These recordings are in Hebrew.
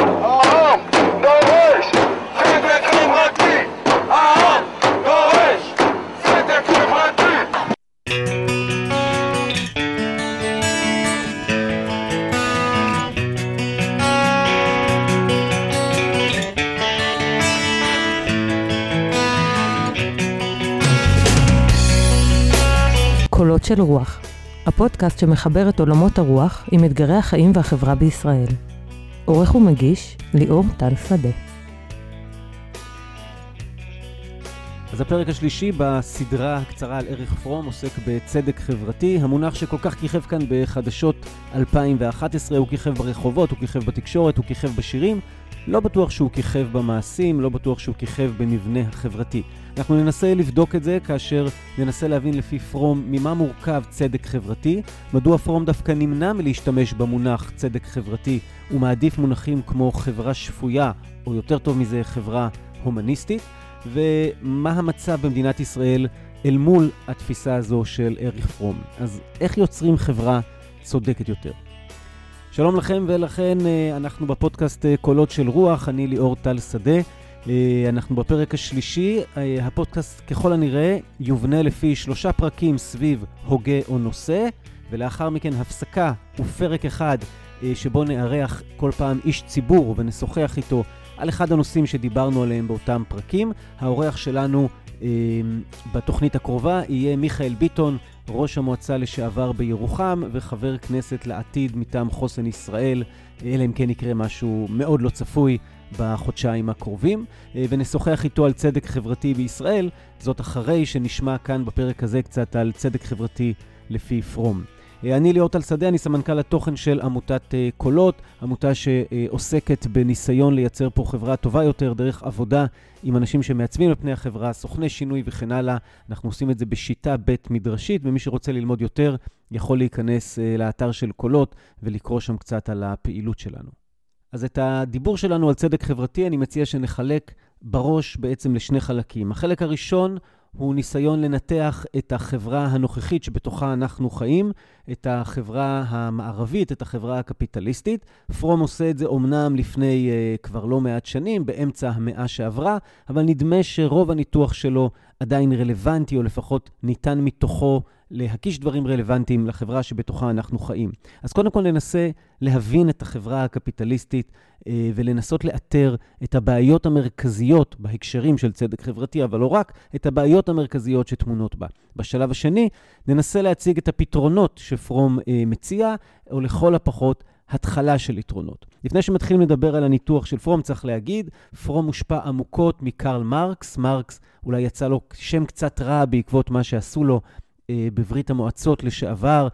העם דורש צדק חברתי! העם דורש צדק חברתי! קולות של רוח, הפודקאסט שמחבר את עולמות הרוח עם אתגרי החיים והחברה בישראל. עורך ומגיש, ליאור טל שדה. אז הפרק השלישי בסדרה הקצרה על ערך פרום עוסק בצדק חברתי, המונח שכל כך כיכב כאן בחדשות 2011, הוא כיכב ברחובות, הוא כיכב בתקשורת, הוא כיכב בשירים, לא בטוח שהוא כיכב במעשים, לא בטוח שהוא כיכב במבנה החברתי. אנחנו ננסה לבדוק את זה כאשר ננסה להבין לפי פרום ממה מורכב צדק חברתי, מדוע פרום דווקא נמנע מלהשתמש במונח צדק חברתי ומעדיף מונחים כמו חברה שפויה, או יותר טוב מזה חברה הומניסטית, ומה המצב במדינת ישראל אל מול התפיסה הזו של ערך פרום. אז איך יוצרים חברה צודקת יותר? שלום לכם, ולכן אנחנו בפודקאסט קולות של רוח, אני ליאור טל שדה. אנחנו בפרק השלישי, הפודקאסט ככל הנראה יובנה לפי 3 פרקים סביב הוגה או נושא, ולאחר מכן הפסקה ופרק אחד שבו נארח כל פעם איש ציבור ונשוחח איתו על אחד הנושאים שדיברנו עליהם באותם פרקים. האורח שלנו בתוכנית הקרובה יהיה מיכאל ביטון, ראש המועצה לשעבר בירוחם וחבר כנסת לעתיד מטעם חוסן ישראל, אלא אם כן יקרה משהו מאוד לא צפוי בחודשיים הקרובים, ונשוחח איתו על צדק חברתי בישראל, זאת אחרי שנשמע כאן בפרק הזה קצת על צדק חברתי לפי פרום. אני ליאור טל שדה, אני סמנכ"ל התוכן של עמותת קולות, עמותה שעוסקת בניסיון לייצר פה חברה טובה יותר דרך עבודה עם אנשים שמעצבים על פני החברה, סוכני שינוי וכן הלאה. אנחנו עושים את זה בשיטה בית מדרשית, ומי שרוצה ללמוד יותר יכול להיכנס לאתר של קולות ולקרוא שם קצת על הפעילות שלנו. אז את הדיבור שלנו על צדק חברתי אני מציע שנחלק בראש בעצם לשני חלקים. החלק הראשון הוא ניסיון לנתח את החברה הנוכחית שבתוכה אנחנו חיים, את החברה המערבית, את החברה הקפיטליסטית. פרום עושה את זה אומנם לפני כבר לא מעט שנים, באמצע המאה שעברה, אבל נדמה שרוב הניתוח שלו עדיין רלוונטי, או לפחות ניתן מתוכו להקיש דברים רלוונטיים לחברה שבתוכה אנחנו חיים. אז קודם כל ננסה להבין את החברה הקפיטליסטית ולנסות לאתר את הבעיות המרכזיות בהקשרים של צדק חברתי, אבל לא רק, את הבעיות המרכזיות שתמונות בה. בשלב השני ננסה להציג את הפתרונות שפרום מציע, או לכל הפחות התחלה של יתרונות. לפני שמתחילים לדבר על הניתוח של פרום, צריך להגיד, פרום מושפע עמוקות מקרל מרקס. מרקס אולי יצא לו שם קצת רע בעקבות מה שעשו לו בברית המועצות לשעבר,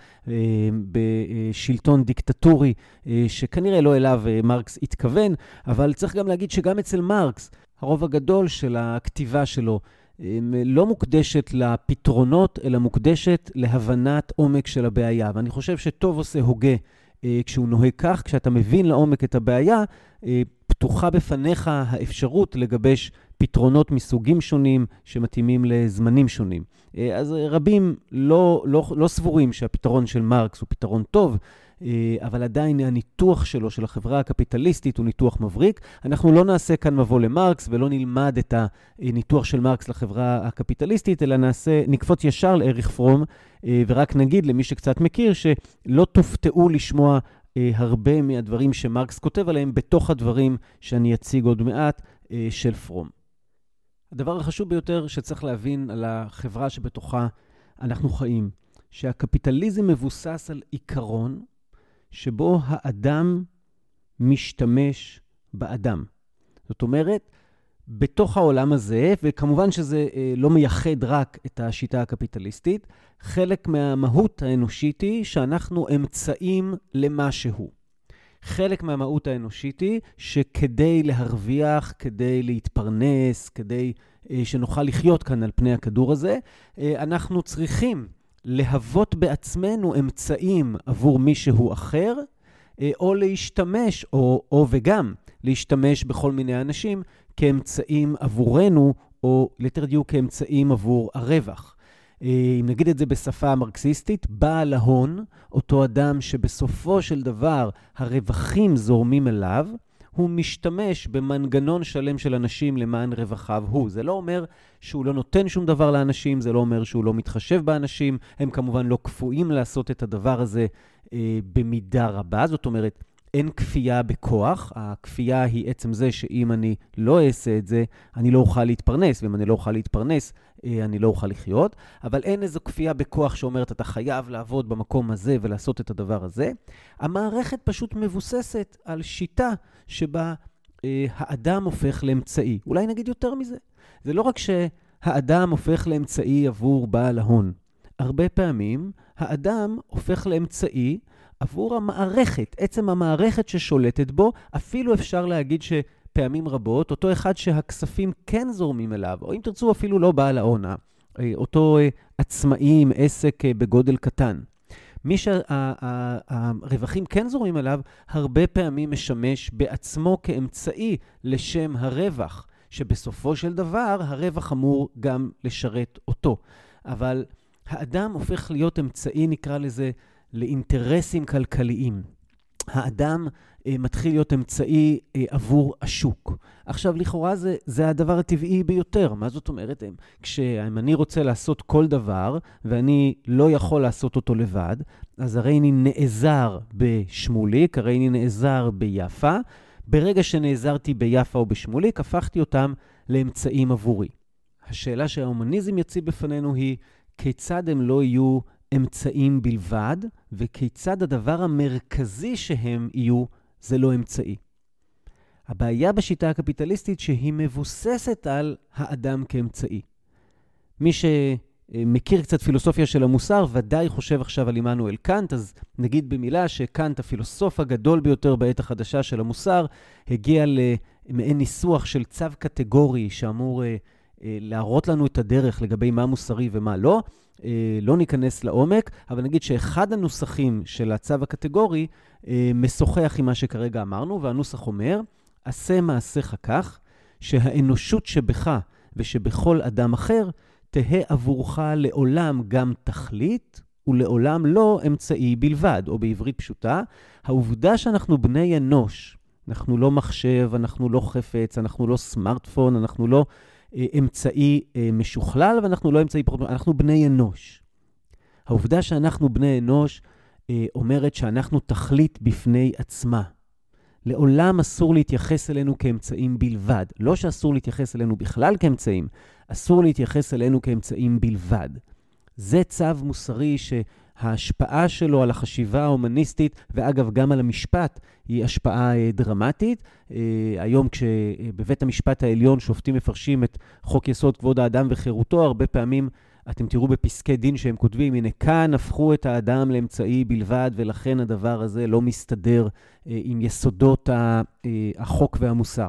בשלטון דיקטטורי, שכנראה לא אליו מרקס התכוון, אבל צריך גם להגיד שגם אצל מרקס, הרוב הגדול של הכתיבה שלו, לא מוקדשת לפתרונות, אלא מוקדשת להבנת עומק של הבעיה. ואני חושב שטוב עושה הוגה כשהוא נוהג כך, כשאתה מבין לעומק את הבעיה, פתוחה בפניך האפשרות לגבש פתרונות מסוגים שונים שמתאימים לזמנים שונים. אז רבים לא סבורים שהפתרון של מרקס הוא פתרון טוב, אבל עדיין הניתוח שלו, של החברה הקפיטליסטית, הוא ניתוח מבריק. אנחנו לא נעשה כאן מבוא למרקס ולא נלמד את הניתוח של מרקס לחברה הקפיטליסטית, אלא נקפוץ ישר לערך פרום, ורק נגיד למי שקצת מכיר שלא תופתעו לשמוע הרבה מהדברים שמרקס כותב עליהם בתוך הדברים שאני אציג עוד מעט של פרום. הדבר החשוב ביותר שצריך להבין על החברה שבתוכה אנחנו חיים, שהקפיטליזם מבוסס על עיקרון שבו האדם משתמש באדם. זאת אומרת, בתוך העולם הזה, וכמובן שזה לא מייחד רק את השיטה הקפיטליסטית, חלק מהמהות האנושית היא שאנחנו אמצעים למשהו. חלק מהמהות האנושית היא שכדי להרוויח, כדי להתפרנס, כדי שנוכל לחיות כאן על פני הכדור הזה, אנחנו צריכים להוות בעצמנו אמצעים עבור מישהו אחר, או להשתמש, או וגם להשתמש בכל מיני אנשים כאמצעים עבורנו, או ליתר דיוק כאמצעים עבור הרווח. אם נגיד את זה בשפה המרקסיסטית, בעל ההון, אותו אדם שבסופו של דבר הרווחים זורמים אליו, הוא משתמש במנגנון שלם של אנשים למען רווחיו הוא. זה לא אומר שהוא לא נותן שום דבר לאנשים, זה לא אומר שהוא לא מתחשב באנשים, הם כמובן לא כפויים לעשות את הדבר הזה במידה רבה, זאת אומרת, אין כפייה בכוח, הכפייה היא עצם זה שאם אני לא אעשה את זה, אני לא אוכל להתפרנס, ואם אני לא אוכל להתפרנס, אני לא אוכל לחיות, אבל אין איזו כפייה בכוח שאומרת, אתה חייב לעבוד במקום הזה ולעשות את הדבר הזה. המערכת פשוט מבוססת על שיטה שבה האדם הופך לאמצעי. אולי נגיד יותר מזה. זה לא רק שהאדם הופך לאמצעי עבור בעל ההון. הרבה פעמים האדם הופך לאמצעי עבור המערכת, עצם המערכת ששולטת בו, אפילו אפשר להגיד שפעמים רבות, אותו אחד שהכספים כן זורמים אליו, או אם תרצו אפילו לא בעל ההון, אותו עצמאי עם עסק בגודל קטן. מי שהרווחים כן זורמים אליו, הרבה פעמים משמש בעצמו כאמצעי לשם הרווח, שבסופו של דבר הרווח אמור גם לשרת אותו. אבל האדם הופך להיות אמצעי, נקרא לזה, לאינטרסים כלכליים. האדם מתחיל להיות אמצעי עבור השוק. עכשיו, לכאורה זה הדבר הטבעי ביותר. מה זאת אומרת? כשאם אני רוצה לעשות כל דבר, ואני לא יכול לעשות אותו לבד, אז הרי אני נעזר בשמוליק, הרי אני נעזר ביפה. ברגע שנעזרתי ביפה או בשמוליק, הפכתי אותם לאמצעים עבורי. השאלה שההומניזם יציב בפנינו היא, כיצד הם לא יהיו אמצעים בלבד, וכיצד הדבר המרכזי שהם יהיו, זה לא אמצעי. הבעיה בשיטה הקפיטליסטית שהיא מבוססת על האדם כאמצעי. מי שמכיר קצת פילוסופיה של המוסר, ודאי חושב עכשיו על עמנואל קאנט, אז נגיד במילה שקאנט, הפילוסוף הגדול ביותר בעת החדשה של המוסר, הגיע למעין ניסוח של צו קטגורי שאמור להראות לנו את הדרך לגבי מה מוסרי ומה לא. לא ניכנס לעומק, אבל נגיד שאחד הנוסחים של הצו הקטגורי משוחח עם מה שכרגע אמרנו, והנוסח אומר, עשה מעשיך כך, שהאנושות שבך ושבכל אדם אחר, תהא עבורך לעולם גם תכלית, ולעולם לא אמצעי בלבד, או בעברית פשוטה, העובדה שאנחנו בני אנוש, אנחנו לא מחשב, אנחנו לא חפץ, אנחנו לא סמארטפון, אנחנו לא אמצעי משוכלל, ואנחנו לא אמצעי פרוטון, אנחנו בני אנוש. העובדה שאנחנו בני אנוש אומרת שאנחנו תכלית בפני עצמה. לעולם אסור להתייחס אלינו כאמצעים בלבד. לא שאסור להתייחס אלינו בכלל כאמצעים, אסור להתייחס אלינו כאמצעים בלבד. זה צו מוסרי שההשפעה שלו על החשיבה ההומניסטית, ואגב גם על המשפט, היא השפעה דרמטית. היום כשבבית המשפט העליון שופטים מפרשים את חוק יסוד כבוד האדם וחירותו, הרבה פעמים אתם תראו בפסקי דין שהם כותבים, הנה כאן הפכו את האדם לאמצעי בלבד, ולכן הדבר הזה לא מסתדר עם יסודות החוק והמוסר.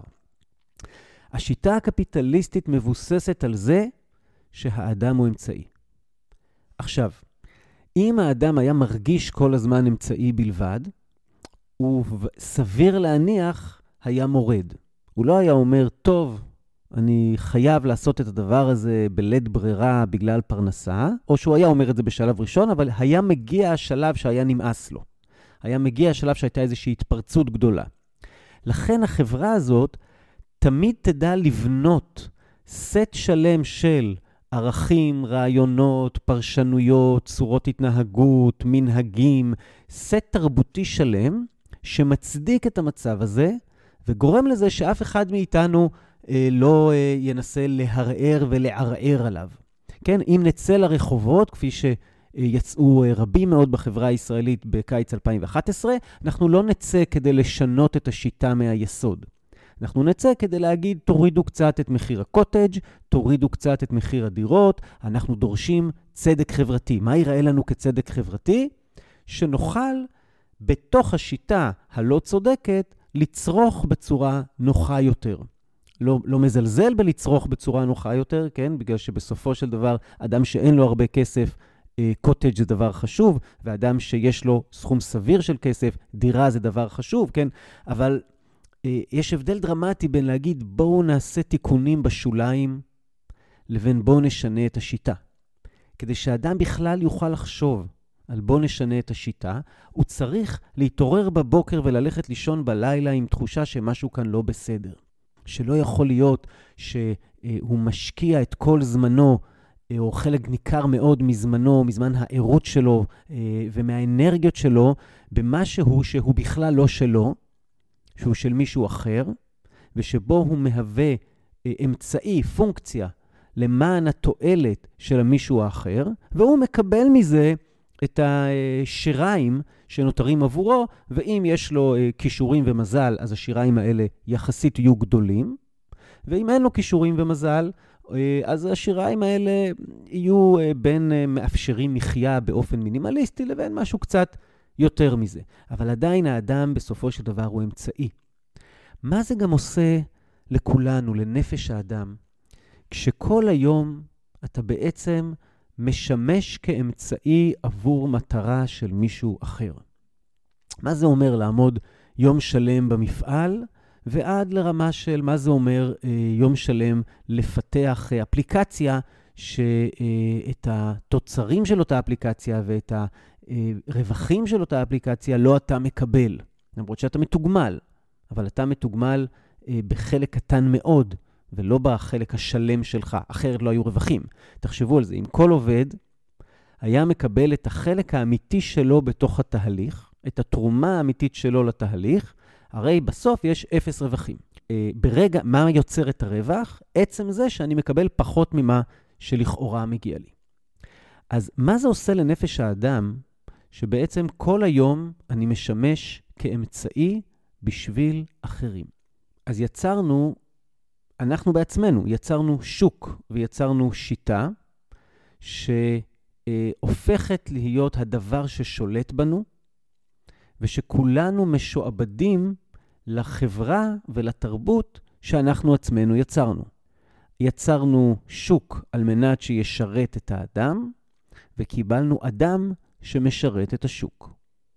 השיטה הקפיטליסטית מבוססת על זה שהאדם הוא אמצעי. עכשיו, אם האדם היה מרגיש כל הזמן אמצעי בלבד, הוא סביר להניח היה מורד. הוא לא היה אומר, טוב, אני חייב לעשות את הדבר הזה בלית ברירה בגלל פרנסה, או שהוא היה אומר את זה בשלב ראשון, אבל היה מגיע השלב שהיה נמאס לו. היה מגיע השלב שהייתה איזושהי התפרצות גדולה. לכן החברה הזאת תמיד תדע לבנות סט שלם של ערכים, רעיונות, פרשנויות, צורות התנהגות, מנהגים, סט תרבותי שלם שמצדיק את המצב הזה, וגורם לזה שאף אחד מאיתנו לא ינסה להרער ולערער עליו. כן, אם נצא לרחובות, כפי שיצאו רבים מאוד בחברה הישראלית בקיץ 2011, אנחנו לא נצא כדי לשנות את השיטה מהיסוד. אנחנו נצא כדי להגיד, תורידו קצת את מחיר הקוטג', תורידו קצת את מחיר הדירות, אנחנו דורשים צדק חברתי. מה ייראה לנו כצדק חברתי? שנוכל בתוך השיטה הלא צודקת לצרוך בצורה נוחה יותר. לא מזלזל בלצרוך בצורה נוחה יותר, כן? בגלל שבסופו של דבר, אדם שאין לו הרבה כסף, קוטג' זה דבר חשוב, ואדם שיש לו סכום סביר של כסף, דירה זה דבר חשוב, כן? אבל יש הבדל דרמטי בין להגיד, בואו נעשה תיקונים בשוליים, לבין בואו נשנה את השיטה. כדי שאדם בכלל יוכל לחשוב על בוא נשנה את השיטה, הוא צריך להתעורר בבוקר וללכת לישון בלילה עם תחושה שמשהו כאן לא בסדר. שלא יכול להיות שהוא משקיע את כל זמנו, או חלק ניכר מאוד מזמנו, מזמן העירות שלו ומהאנרגיות שלו, במשהו שהוא בכלל לא שלו, שהוא של מישהו אחר, ושבו הוא מהווה אמצעי, פונקציה, למען התועלת של המישהו האחר, והוא מקבל מזה את השיריים שנותרים עבורו, ואם יש לו כישורים ומזל, אז השיריים האלה יחסית יהיו גדולים, ואם אין לו כישורים ומזל, אז השיריים האלה יהיו בין מאפשרים מחיה באופן מינימליסטי, לבין משהו קצת יותר מזה. אבל עדיין האדם בסופו של דבר הוא אמצעי. מה זה גם עושה לכולנו, לנפש האדם? כשכל היום אתה בעצם משמש כאמצעי עבור מטרה של מישהו אחר. מה זה אומר לעמוד יום שלם במפעל, ועד לרמה של מה זה אומר יום שלם לפתח אפליקציה, שאת התוצרים של אותה אפליקציה ואת הרווחים של אותה אפליקציה לא אתה מקבל. למרות שאתה מתוגמל, אבל אתה מתוגמל בחלק קטן מאוד, ולא בחלק השלם שלך, אחרת לא היו רווחים. תחשבו על זה, אם כל עובד היה מקבל את החלק האמיתי שלו בתוך התהליך, את התרומה האמיתית שלו לתהליך, הרי בסוף יש 0 רווחים. ברגע, מה יוצר את הרווח? עצם זה שאני מקבל פחות ממה שלכאורה מגיע לי. אז מה זה עושה לנפש האדם, שבעצם כל היום אני משמש כאמצעי בשביל אחרים? אז אנחנו בעצמנו יצרנו שוק ויצרנו שיטה שהופכת להיות הדבר ששולט בנו, ושכולנו משועבדים לחברה ולתרבות שאנחנו עצמנו יצרנו. יצרנו שוק על מנת שישרת את האדם, וקיבלנו אדם שמשרת את השוק.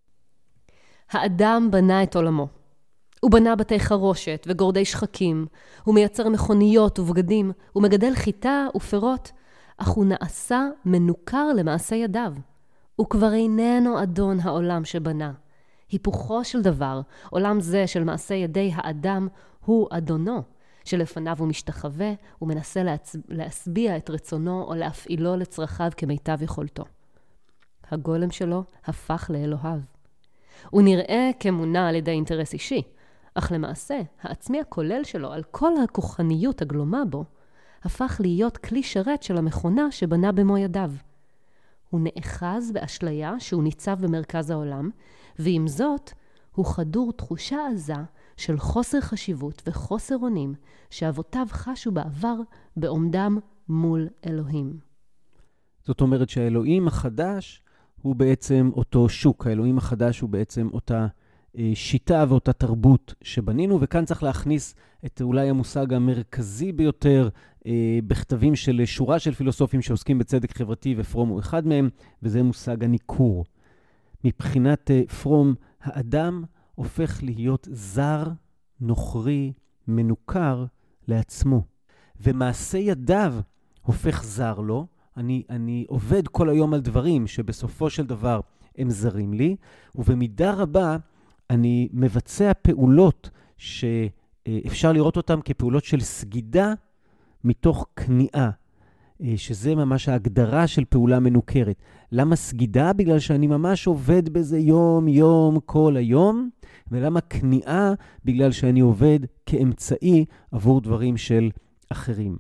האדם בנה את עולמו. הוא בנה בתי חרושת וגורדי שחקים, הוא מייצר מכוניות ובגדים, הוא מגדל חיטה ופירות, אך הוא נעשה מנוכר למעשה ידיו. הוא כבר איננו אדון העולם שבנה. היפוכו של דבר, עולם זה של מעשה ידי האדם, הוא אדונו, שלפניו הוא משתחווה ומנסה להשביע את רצונו או להפעילו לצרכיו כמיטב יכולתו. הגולם שלו הפך לאלוהיו. הוא נראה כמונע על ידי אינטרס אישי, אך למעשה, העצמי הכולל שלו על כל הכוחניות הגלומה בו, הפך להיות כלי שרת של המכונה שבנה במו ידיו. הוא נאחז באשליה שהוא ניצב במרכז העולם, ועם זאת, הוא חדור תחושה עזה של חוסר חשיבות וחוסר אונים, שאבותיו חשו בעבר בעומדם מול אלוהים. זאת אומרת שהאלוהים החדש הוא בעצם אותו שוק, האלוהים החדש הוא בעצם אותה שיטה ואותה תרבות שבנינו, וכאן צריך להכניס את אולי המושג המרכזי ביותר בכתבים של שורה של פילוסופים שעוסקים בצדק חברתי, ופרום הוא אחד מהם, וזה מושג הניכור. מבחינת פרום, האדם הופך להיות זר, נוכרי, מנוכר לעצמו. ומעשה ידיו הופך זר לו. אני עובד כל היום על דברים שבסופו של דבר הם זרים לי, ובמידה רבה אני מבצע פעולות שאפשר לראות אותן כפעולות של סגידה מתוך כניעה, שזה ממש ההגדרה של פעולה מנוכרת. למה סגידה? בגלל שאני ממש עובד בזה יום כל היום, ולמה כניעה? בגלל שאני עובד כאמצעי עבור דברים של אחרים.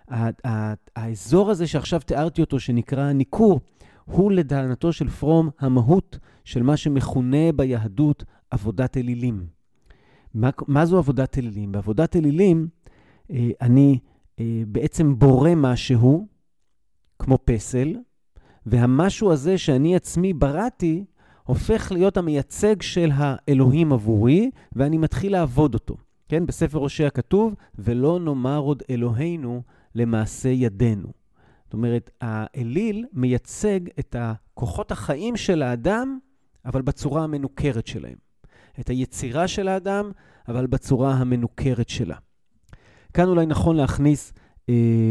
האזור הזה שעכשיו תיארתי אותו, שנקרא ניכור, הוא לדעתו של פרום המהות של מה שמכונה ביהדות עבודת אלילים. מה זו עבודת אלילים? בעבודת אלילים אני בעצם בורא משהו, כמו פסל, והמשהו הזה שאני עצמי בראתי, הופך להיות המייצג של האלוהים עבורי, ואני מתחיל לעבוד אותו. כן? בספר הושע כתוב, ולא נאמר עוד אלוהינו למעשה ידינו. זאת אומרת, האליל מייצג את הכוחות החיים של האדם, אבל בצורה המנוכרת שלהם. את היצירה של האדם, אבל בצורה המנוכרת שלה. כאן אולי נכון להכניס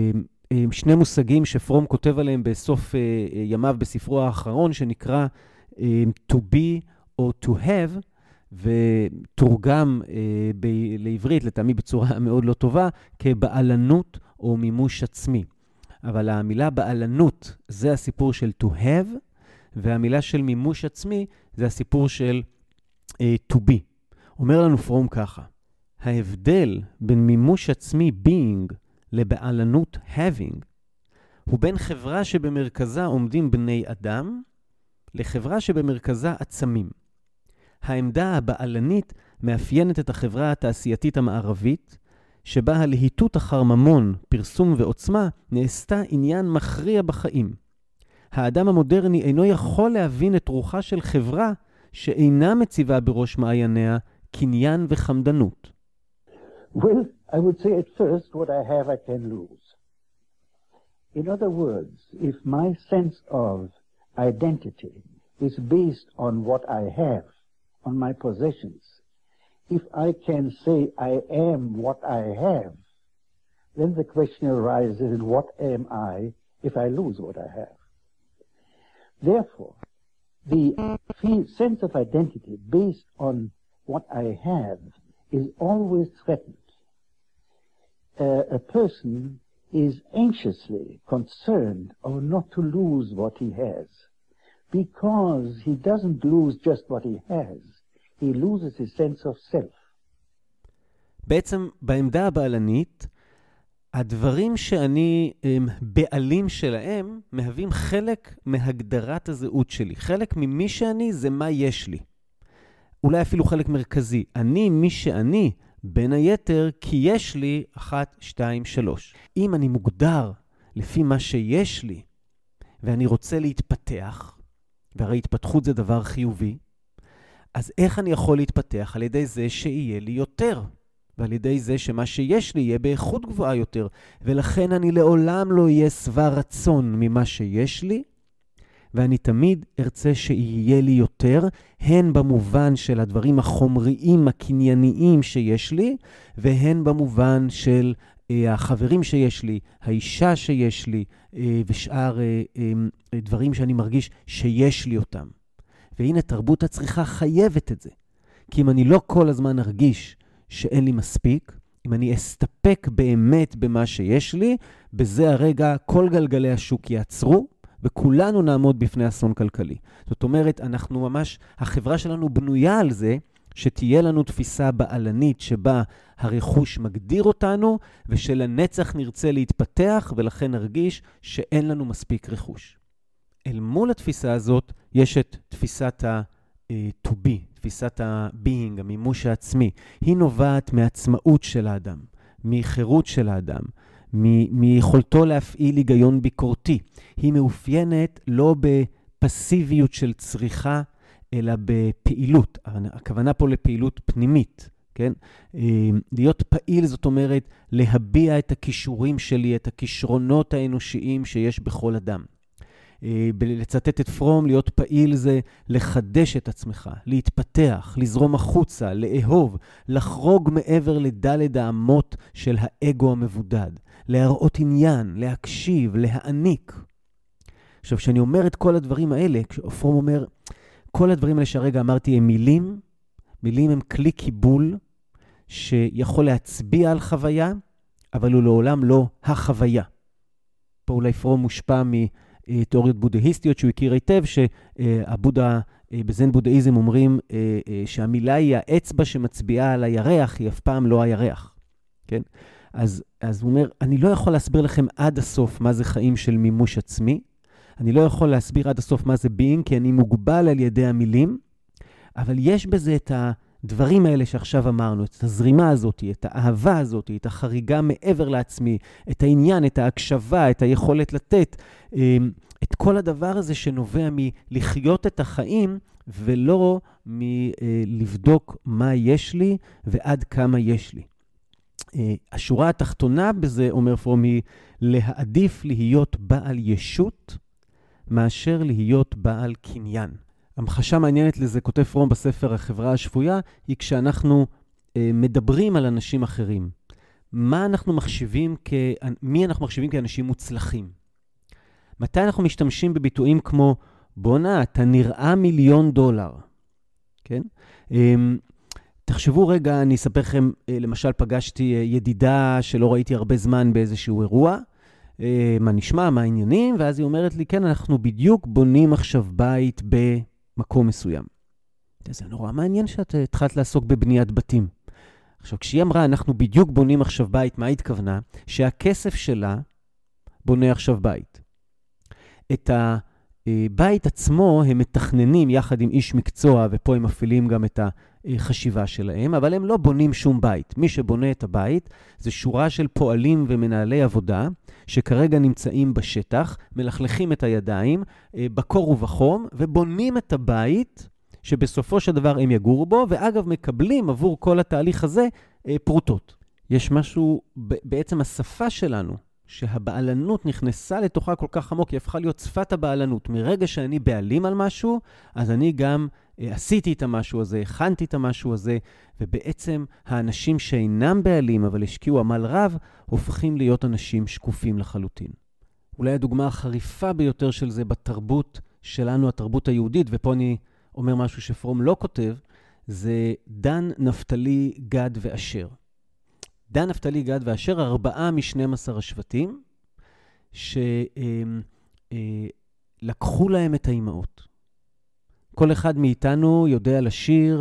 שני מושגים שפרום כותב עליהם בסוף ימיו בספרו האחרון, שנקרא to be או to have, ותורגם לעברית, לטעמי בצורה מאוד לא טובה, כבעלנות או מימוש עצמי. אבל המילה בעלנות זה הסיפור של to have, והמילה של מימוש עצמי זה הסיפור של to be. אומר לנו פרום ככה, ההבדל בין מימוש עצמי being לבעלנות having, הוא בין חברה שבמרכזה עומדים בני אדם, לחברה שבמרכזה עצמים. העמדה הבעלנית מאפיינת את החברה התעשייתית המערבית, שבה הלהיטות אחר ממון, פרסום ועוצמה נעשתה עניין מכריע בחיים. האדם המודרני אינו יכול להבין את רוחה של חברה שאינה מציבה בראש מעייניה קניין וחמדנות. Well, I would say at first what I have I can lose. In other words, if my sense of identity is based on what I have, on my possessions, if I can say I am what I have, then the question arises, what am I if I lose what I have? Therefore, the sense of identity based on what I have is always threatened. A person is anxiously concerned not to lose what he has, because he doesn't lose just what he has, he loses his sense of self. בעצם בעמדה הבעלנית, הדברים שאני בעלים שלהם מהווים חלק מהגדרת הזהות שלי. חלק ממי שאני זה מה יש לי. אולי אפילו חלק מרכזי. אני מי שאני, בין היתר, כי יש לי 1, 2, 3. אם אני מוגדר לפי מה שיש לי, ואני רוצה להתפתח, והרי התפתחות זה דבר חיובי, אז איך אני יכול להתפתח? על ידי זה שיהיה לי יותר, ועל ידי זה שמה שיש לי יהיה באיכות גבוהה יותר, ולכן אני לעולם לא אהיה שבע רצון ממה שיש לי, ואני תמיד ארצה שיהיה לי יותר, הן במובן של הדברים החומריים, הקנייניים שיש לי, והן במובן של החברים שיש לי, האישה שיש לי, ושאר דברים שאני מרגיש שיש לי אותם. והנה תרבות הצריכה חייבת את זה. כי אם אני לא כל הזמן ארגיש שאין לי מספיק, אם אני אסתפק באמת במה שיש לי, בזה הרגע כל גלגלי השוק יעצרו, וכולנו נעמוד בפני אסון כלכלי. זאת אומרת, אנחנו ממש, החברה שלנו בנויה על זה, שתהיה לנו תפיסה בעלנית שבה הרכוש מגדיר אותנו, ושלנצח נרצה להתפתח, ולכן נרגיש שאין לנו מספיק רכוש. אל מול התפיסה הזאת, יש את תפיסת ה-to be, תפיסת ה-being, המימוש העצמי. היא נובעת מעצמאות של האדם, מחירות של האדם, מיכולתו להפעיל היגיון ביקורתי. היא מאופיינת לא בפסיביות של צריכה, אלא בפעילות. הכוונה פה לפעילות פנימית, כן? להיות פעיל זאת אומרת להביע את הכישורים שלי, את הכישרונות האנושיים שיש בכל אדם. לצטט את פרום, להיות פעיל זה לחדש את עצמך, להתפתח, לזרום החוצה, לאהוב, לחרוג מעבר לדלת האמות של האגו המבודד, להראות עניין, להקשיב, להעניק. עכשיו, כשאני אומר את כל הדברים האלה, כשפרום אומר, כל הדברים האלה שהרגע אמרתי הם מילים, מילים הם כלי קיבול שיכול להצביע על חוויה, אבל הוא לעולם לא החוויה. פה אולי פרום מושפע תיאוריות בודהיסטיות שהוא הכיר היטב, שהבודה, בזן בודהיזם אומרים שהמילה היא האצבע שמצביעה על הירח, היא אף פעם לא הירח. כן? אז הוא אומר, אני לא יכול להסביר לכם עד הסוף מה זה חיים של מימוש עצמי, אני לא יכול להסביר עד הסוף מה זה being, כי אני מוגבל על ידי המילים, אבל יש בזה את הדברים האלה שעכשיו אמרנו, את הזרימה הזאת, את האהבה הזאת, את החריגה מעבר לעצמי, את העניין, את ההקשבה, את היכולת לתת, את כל הדבר הזה שנובע מלחיות את החיים, ולא מלבדוק מה יש לי ועד כמה יש לי. השורה התחתונה בזה, אומר פרום, היא להעדיף להיות בעל ישות, מאשר להיות בעל קניין. המחשה מעניינת לזה, כותב פרום בספר החברה השפויה, היא כשאנחנו מדברים על אנשים אחרים. מי אנחנו מחשיבים כאנשים מוצלחים. מתי אנחנו משתמשים בביטויים כמו, בונה, אתה נראה $1,000,000, כן? תחשבו רגע, אני אספר לכם, למשל פגשתי ידידה שלא ראיתי הרבה זמן באיזשהו אירוע, מה נשמע, מה העניינים, ואז היא אומרת לי, כן, אנחנו בדיוק בונים עכשיו בית במקום מסוים. זה נורא מעניין שאת התחלת לעסוק בבניית בתים. עכשיו, כשהיא אמרה, אנחנו בדיוק בונים עכשיו בית, מה היא התכוונה? שהכסף שלה בונה עכשיו בית. את הבית עצמו הם מתכננים יחד עם איש מקצוע, ופה הם מפעילים גם את החשיבה שלהם, אבל הם לא בונים שום בית. מי שבונה את הבית זה שורה של פועלים ומנהלי עבודה, שכרגע נמצאים בשטח, מלכלכים את הידיים, בקור ובחום, ובונים את הבית, שבסופו של דבר הם יגורו בו, ואגב מקבלים עבור כל התהליך הזה פרוטות. יש משהו, בעצם השפה שלנו, שהבעלנות נכנסה לתוכה כל כך עמוק, היא הפכה להיות שפת הבעלנות. מרגע שאני בעלים על משהו, אז אני גם עשיתי את המשהו הזה, הכנתי את המשהו הזה, ובעצם האנשים שאינם בעלים, אבל השקיעו עמל רב, הופכים להיות אנשים שקופים לחלוטין. אולי הדוגמה החריפה ביותר של זה בתרבות שלנו, התרבות היהודית, ופה אני אומר משהו שפרום לא כותב, זה דן, נפתלי, גד ואשר. דן, נפתלי, גד ואשר, 4 מ-12 השבטים, שלקחו להם את האימהות. כל אחד מאיתנו יודע לשיר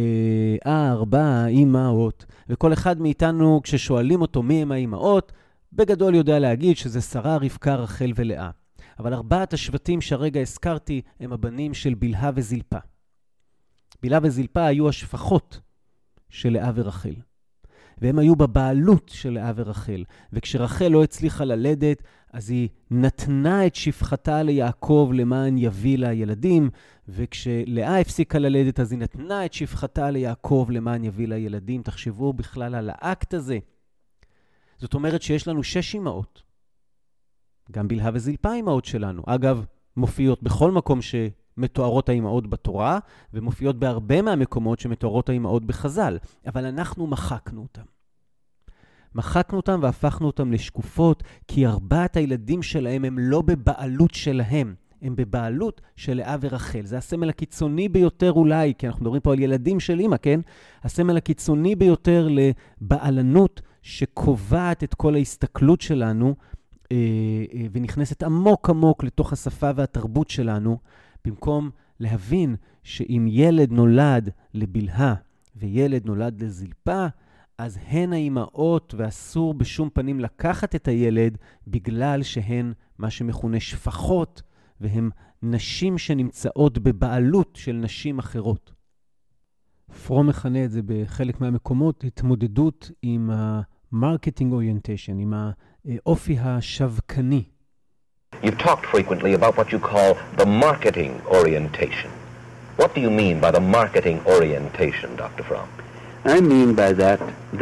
4 אימהות, וכל אחד מאיתנו, כששואלים אותו מי הם האימהות, בגדול יודע להגיד שזה שרה, רבקה, רחל ולאה. אבל 4 השבטים שהרגע הזכרתי הם הבנים של בלהה וזלפה. בלהה וזלפה היו השפחות של לאה ורחל. והם היו בבעלות של לאה ורחל. וכשרחל לא הצליחה ללדת, אז היא נתנה את שפחתה ליעקב למען יביא לה ילדים, וכשלאה הפסיקה ללדת, אז היא נתנה את שפחתה ליעקב למען יביא לה ילדים. תחשבו בכלל על האקט הזה. זאת אומרת שיש לנו 6 אימהות. גם בלהה וזלפה האימהות שלנו. אגב, מופיעות בכל מקום שמתוארות האימהות בתורה, ומופיעות בהרבה מהמקומות שמתוארות האימהות בחז"ל. אבל אנחנו מחקנו אותם. מחקנו אותם והפכנו אותם לשקופות, כי 4 הילדים שלהם הם לא בבעלות שלהם. הם בבעלות של לאה ורחל. זה הסמל הקיצוני ביותר אולי, כי אנחנו מדברים פה על ילדים של אמא, כן? הסמל הקיצוני ביותר לבעלנות שקובעת את כל ההסתכלות שלנו, ונכנסת עמוק עמוק לתוך השפה והתרבות שלנו, במקום להבין שאם ילד נולד לבלהה וילד נולד לזלפה, אז הן האימהות ואסור בשום פנים לקחת את הילד בגלל שהן מה שמכונה שפחות, והן נשים שנמצאות בבעלות של נשים אחרות. פרום מכנה את זה בחלק מהמקומות, התמודדות עם ה-marketing orientation, עם האופי השווקני. You've talked frequently about what you call the marketing orientation. What do you mean by the marketing orientation, Dr. Fromm? I mean by that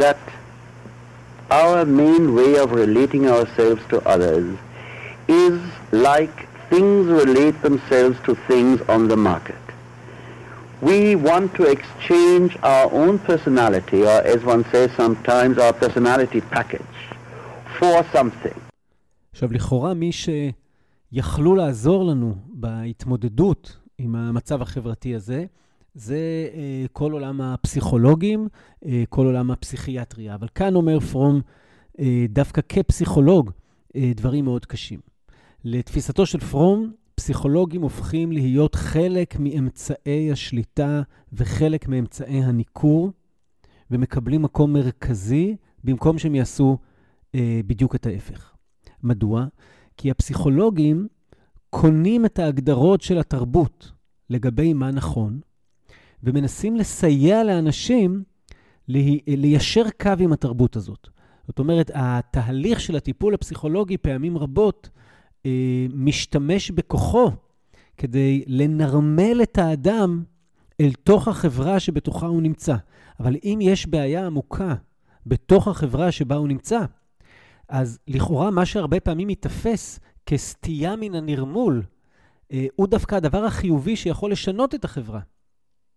our main way of relating ourselves to others is like things relate themselves to things on the market. We want to exchange our own personality, or as one says sometimes, our personality package, for something. עכשיו, לכאורה מי שיכלו לעזור לנו בהתמודדות עם המצב החברתי הזה, זה כל עולם הפסיכולוגים, כל עולם הפסיכיאטריה. אבל כאן אומר פרום, דווקא כפסיכולוג, דברים מאוד קשים. לתפיסתו של פרום, פסיכולוגים הופכים להיות חלק מאמצעי השליטה וחלק מאמצעי הניכור, ומקבלים מקום מרכזי במקום שהם יעשו בדיוק את ההפך. מדוע? כי הפסיכולוגים קונים את ההגדרות של התרבות לגבי מה נכון, ומנסים לסייע לאנשים ליישר קו עם התרבות הזאת. זאת אומרת, התהליך של הטיפול הפסיכולוגי פעמים רבות משתמש בכוחו כדי לנרמל את האדם אל תוך החברה שבתוכה הוא נמצא. אבל אם יש בעיה עמוקה בתוך החברה שבה הוא נמצא, אז לכאורה מה שהרבה פעמים מתאפס כסטייה מן הנרמול, הוא דווקא הדבר החיובי שיכול לשנות את החברה.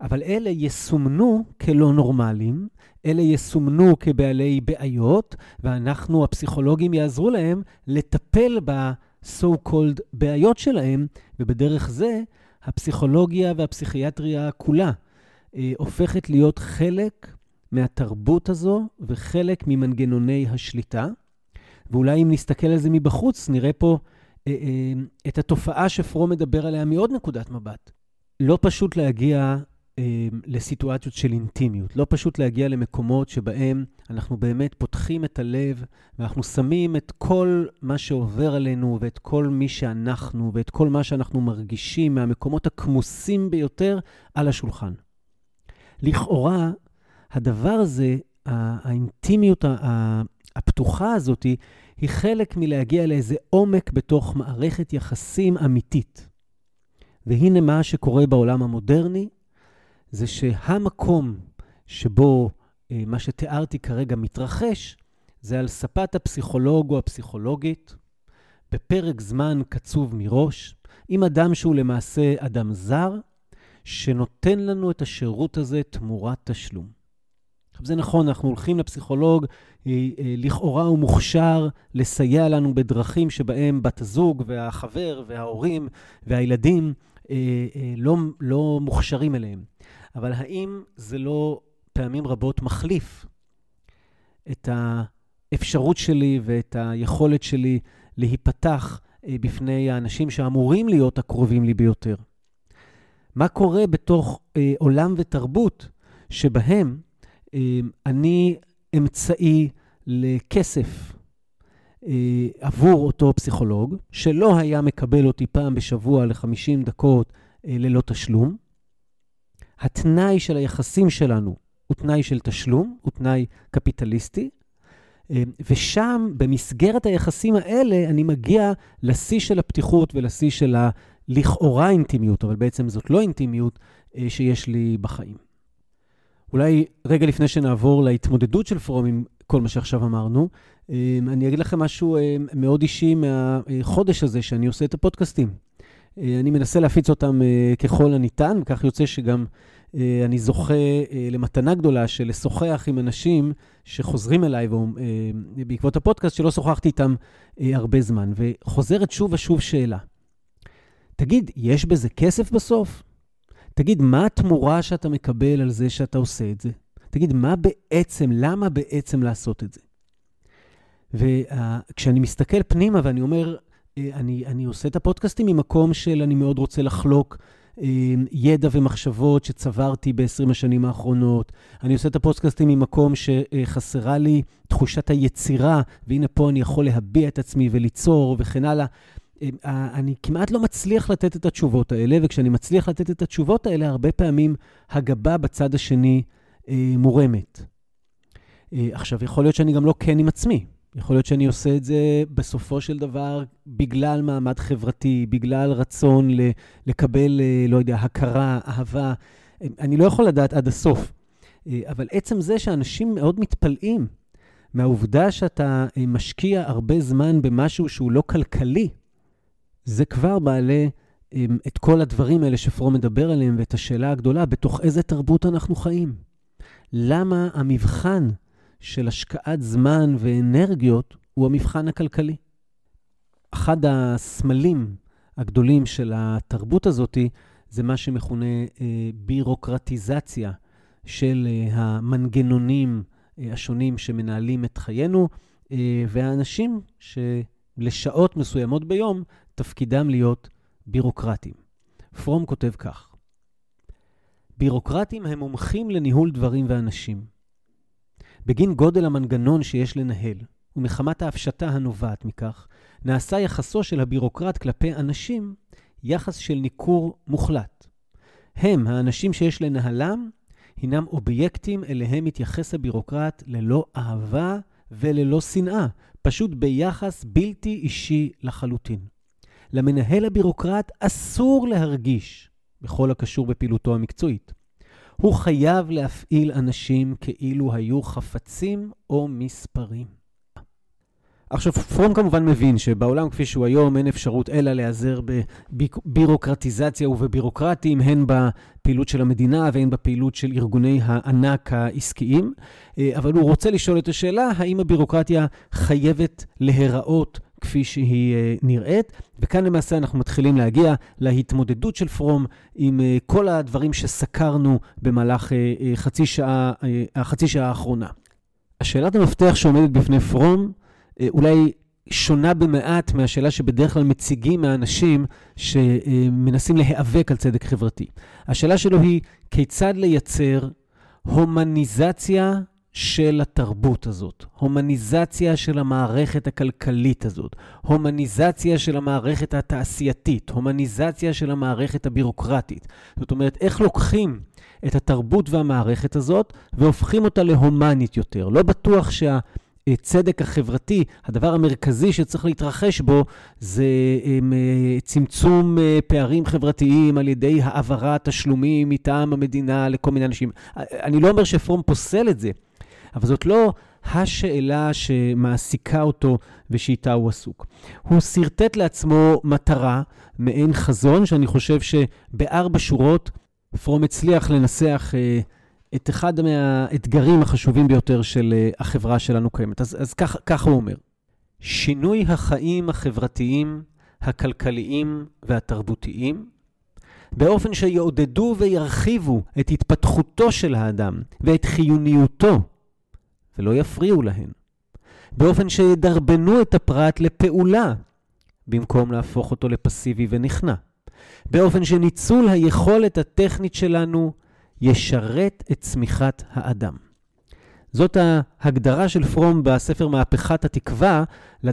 אבל אלה יסומנו כלא נורמליים, אלה יסומנו כבעלי בעיות, ואנחנו, הפסיכולוגים, יעזרו להם לטפל ב-so called בעיות שלהם, ובדרך זה הפסיכולוגיה והפסיכיאטריה כולה הופכת להיות חלק מהתרבות הזו וחלק ממנגנוני השליטה. ואולי אם נסתכל על זה מבחוץ, נראה פה את התופעה שפרום מדבר עליה מעוד נקודת מבט. לא פשוט להגיע לסיטואציות של אינטימיות, לא פשוט להגיע למקומות שבהם אנחנו באמת פותחים את הלב, ואנחנו שמים את כל מה שעובר עלינו, ואת כל מי שאנחנו, ואת כל מה שאנחנו מרגישים מהמקומות הכמוסים ביותר על השולחן. לכאורה, הדבר הזה, האינטימיות הפתוחה הזאת, היא חלק מלהגיע לאיזה עומק בתוך מערכת יחסים אמיתית. והנה מה שקורה בעולם המודרני, זה שהמקום שבו מה שתיארתי כרגע מתרחש, זה על ספת הפסיכולוג או הפסיכולוגית, בפרק זמן קצוב מראש, עם אדם שהוא למעשה אדם זר, שנותן לנו את השירות הזה תמורת תשלום. זה נכון, אנחנו הולכים לפסיכולוג, לכאורה הוא מוכשר לסייע לנו בדרכים שבהם בת הזוג והחבר וההורים והילדים לא מוכשרים אליהם. אבל האם זה לא פעמים רבות מחליף את האפשרות שלי ואת היכולת שלי להיפתח בפני האנשים שאמורים להיות הקרובים לי ביותר? מה קורה בתוך עולם ותרבות שבהם אני אמצעי לכסף עבור אותו פסיכולוג, שלא היה מקבל אותי פעם בשבוע ל50 דקות ללא תשלום? התנאי של היחסים שלנו הוא תנאי של תשלום, הוא תנאי קפיטליסטי, ושם במסגרת היחסים האלה אני מגיע לשיא של הפתיחות ולשיא של לכאורה אינטימיות, אבל בעצם זאת לא אינטימיות שיש לי בחיים. אולי רגע לפני שנעבור להתמודדות של פרום עם כל מה שעכשיו אמרנו, אני אגיד לכם משהו מאוד אישי מהחודש הזה שאני עושה את הפודקאסטים. אני מנסה להפיץ אותם ככל הניתן, וכך יוצא שגם אני זוכה למתנה גדולה של לשוחח עם אנשים שחוזרים אליי בעקבות הפודקאסט שלא שוחחתי איתם הרבה זמן. וחוזרת שוב ושוב שאלה. תגיד, יש בזה כסף בסוף? תגיד, מה התמורה שאתה מקבל על זה שאתה עושה את זה? תגיד, למה בעצם לעשות את זה? וכשאני מסתכל פנימה ואני אומר, אני עושה את הפודקאסטים ממקום של אני מאוד רוצה לחלוק ידע ומחשבות שצברתי ב-20 השנים האחרונות. אני עושה את הפודקאסטים ממקום שחסרה לי תחושת היצירה, והנה פה אני יכול להביע את עצמי וליצור וכן הלאה. אני כמעט לא מצליח לתת את התשובות האלה, וכשאני מצליח לתת את התשובות האלה, הרבה פעמים הגבה בצד השני מורמת. עכשיו, יכול להיות שאני גם לא כן עם עצמי. יכול להיות שאני עושה את זה בסופו של דבר בגלל מעמד חברתי, בגלל רצון לקבל, לא יודע, הכרה, אהבה. אני לא יכול לדעת עד הסוף. אבל עצם זה שאנשים מאוד מתפלאים מהעובדה שאתה משקיע הרבה זמן במשהו שהוא לא כלכלי, זה כבר מעלה את כל הדברים האלה שפרום מדבר עליהם, ואת השאלה הגדולה, בתוך איזה תרבות אנחנו חיים? למה המבחן של השקעת זמן ואנרגיות הוא המבחן הכלכלי? אחד הסמלים הגדולים של התרבות הזאת זה מה שמכונה בירוקרטיזציה של המנגנונים השונים שמנהלים את חיינו, והאנשים שלשעות מסוימות ביום תפקידם להיות בירוקרטים. פרום כותב כך: בירוקרטים הם מומחים לניהול דברים ואנשים. בגין גודל המנגנון שיש לנהל, ומחמת ההפשטה הנובעת מכך, נעשה יחסו של הבירוקרט כלפי אנשים יחס של ניכור מוחלט. הם, האנשים שיש לנהלם, הינם אובייקטים אליהם מתייחס הבירוקרט ללא אהבה וללא שנאה, פשוט ביחס בלתי אישי לחלוטין. למנהל הבירוקרט אסור להרגיש בכל הקשור בפעילותו המקצועית. הוא חייב להפעיל אנשים כאילו היו חפצים או מספרים. עכשיו, פרום כמובן מבין שבעולם כפי שהוא היום אין אפשרות אלא להיעזר בבירוקרטיזציה ובבירוקרטים, הן בפעילות של המדינה והן בפעילות של ארגוני הענק העסקיים, אבל הוא רוצה לשאול את השאלה, האם הבירוקרטיה חייבת להיראות כפי שהיא נראית, וכאן למעשה אנחנו מתחילים להגיע להתמודדות של פרום עם כל הדברים שסקרנו במהלך החצי שעה האחרונה. השאלת המפתח שעומדת בפני פרום, אולי שונה במעט מהשאלה שבדרך כלל מציגים מהאנשים שמנסים להיאבק על צדק חברתי. השאלה שלו היא כיצד לייצר הומניזציה של התרבות הזאת, הומניזציה של המערכת הכלכלית הזאת, הומניזציה של המערכת התעשייתית, הומניזציה של המערכת הבירוקרטית. זאת אומרת, איך לוקחים את התרבות והמערכת הזאת והופכים אותה להומנית יותר. לא בטוח הצדק החברתי, הדבר המרכזי שצריך להתרחש בו, זה צמצום פערים חברתיים על ידי העברת תשלומים מטעם המדינה לכל מיני אנשים. אני לא אומר שפרום פוסל את זה, אבל זאת לא השאלה שמעסיקה אותו ושאיתה הוא עסוק. הוא סרטט לעצמו מטרה, מעין חזון, שאני חושב שבארבע שורות פרום הצליח לנסח את אחד מהאתגרים החשובים ביותר של החברה שלנו קיימת. אז כך הוא אומר. שינוי החיים החברתיים, הכלכליים והתרבותיים, באופן שיעודדו וירחיבו את התפתחותו של האדם ואת חיוניותו, ולא יפריעו להן. באופן שידרבנו את הפרט לפעולה, במקום להפוך אותו לפסיבי ונכנע. באופן שניצול היכולת הטכנית שלנו ישרת את צמיחת האדם. זאת ההגדרה של פרום בספר מהפכת התקווה